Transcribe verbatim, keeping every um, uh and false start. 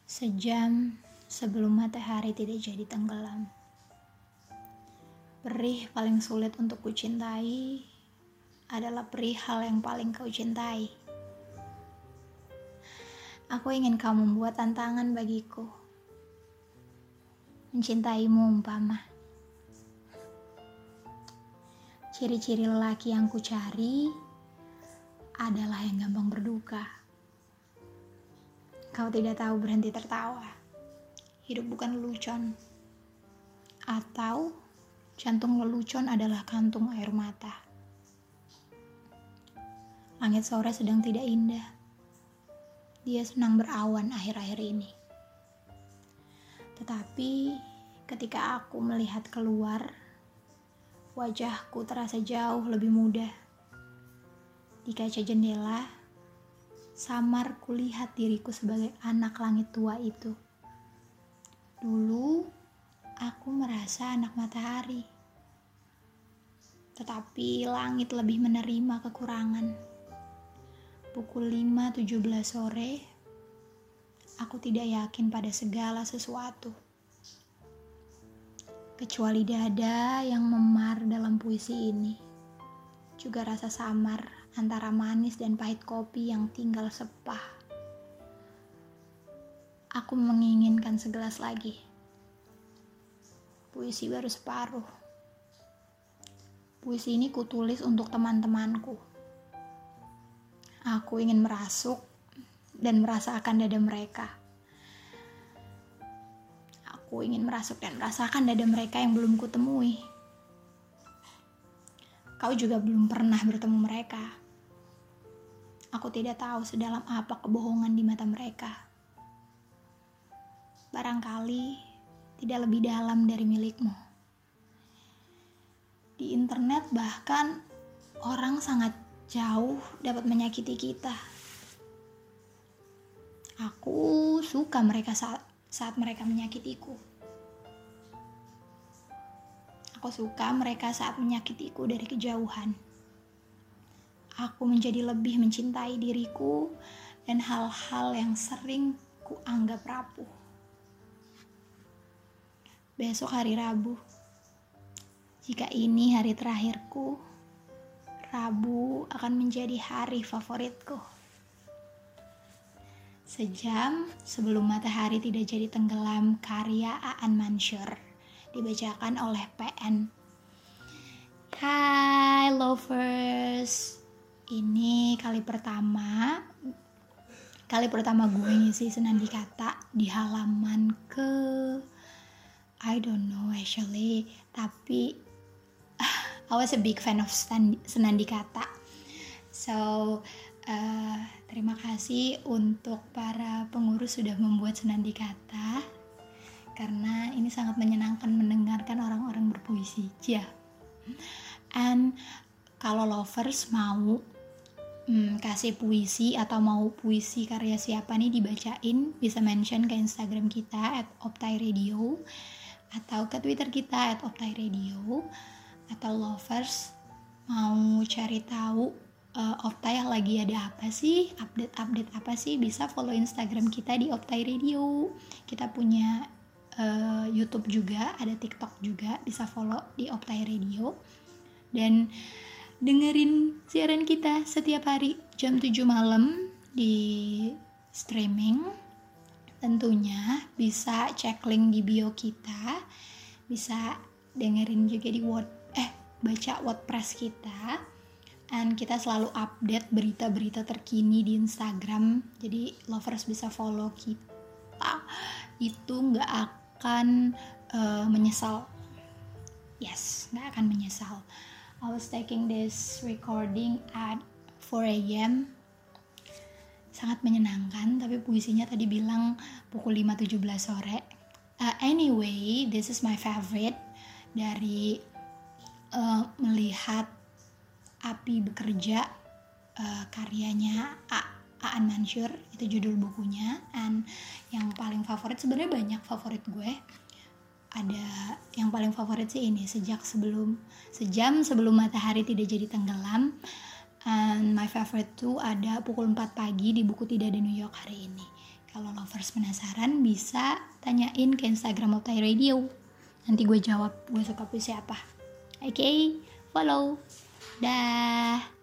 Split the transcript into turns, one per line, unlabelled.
Sejam sebelum matahari tidak jadi tenggelam. Perih paling sulit untuk kucintai adalah perih hal yang paling kau cintai. Aku ingin kau membuat tantangan bagiku. Mencintaimu umpama. Ciri-ciri lelaki yang kucari adalah yang gampang berduka. Kau tidak tahu berhenti tertawa. Hidup bukan lelucon. Atau jantung lelucon adalah kantung air mata. Langit sore sedang tidak indah. Dia senang berawan akhir-akhir ini. Tetapi ketika aku melihat keluar, wajahku terasa jauh lebih muda. Di kaca jendela, samar kulihat diriku sebagai anak langit tua itu. Dulu, aku merasa anak matahari. Tetapi langit lebih menerima kekurangan. Pukul lima tujuh belas sore, aku tidak yakin pada segala sesuatu. Kecuali dada yang memar dalam puisi ini. Juga rasa samar antara manis dan pahit kopi yang tinggal sepah. Aku menginginkan segelas lagi. Puisi baru separuh. Puisi ini kutulis untuk teman-temanku. Aku ingin merasuk dan merasakan dada mereka. Aku ingin merasuk dan merasakan dada mereka yang belum kutemui. Kau juga belum pernah bertemu mereka. Aku tidak tahu sedalam apa kebohongan di mata mereka. Barangkali tidak lebih dalam dari milikmu. Di internet bahkan orang sangat jauh dapat menyakiti kita. Aku suka mereka saat, saat mereka menyakitiku. Aku suka mereka saat menyakitiku dari kejauhan. Aku menjadi lebih mencintai diriku dan hal-hal yang sering kuanggap rapuh. Besok hari Rabu. Jika ini hari terakhirku, Rabu akan menjadi hari favoritku. Sejam sebelum matahari tidak jadi tenggelam, karya Aan Mansyur. Dibacakan oleh P N. Hai lovers. Ini kali pertama Kali pertama gue ngisi senandi kata di halaman ke I don't know actually, tapi I was a big fan of senandi kata. So uh, terima kasih untuk para pengurus sudah membuat senandi kata, karena ini sangat menyenangkan mendengarkan orang-orang berpuisi. Ya. And kalau lovers mau hmm, kasih puisi atau mau puisi karya siapa nih dibacain, bisa mention ke Instagram kita at optairadio atau ke Twitter kita at optairadio. Atau lovers mau cari tahu uh, Optai lagi ada apa sih, update-update apa sih, bisa follow Instagram kita di optairadio. Kita punya uh, YouTube juga, ada TikTok juga, bisa follow di optairadio. Dan dengerin siaran kita setiap hari jam tujuh malam di streaming. Tentunya bisa cek link di bio kita, bisa dengerin juga di Word eh baca WordPress kita, and kita selalu update berita-berita terkini di Instagram, jadi lovers bisa follow kita, itu nggak akan uh, menyesal. Yes, nggak akan menyesal. I was taking this recording at four a.m. Sangat menyenangkan, tapi puisinya tadi bilang pukul lima tujuh belas sore. Uh, anyway, this is my favorite dari uh, melihat api bekerja, uh, karyanya A- Aan Mansyur, itu judul bukunya. And yang paling favorit, sebenarnya banyak favorit gue. Ada yang paling favorit sih ini, sejak sebelum sejam sebelum matahari tidak jadi tenggelam. And my favorite tuh ada pukul empat pagi di buku Tidak Ada New York hari ini. Kalau lovers penasaran bisa tanyain ke Instagram Optai Radio. Nanti gue jawab gue suka puisi apa. Oke, okay, follow. Dah.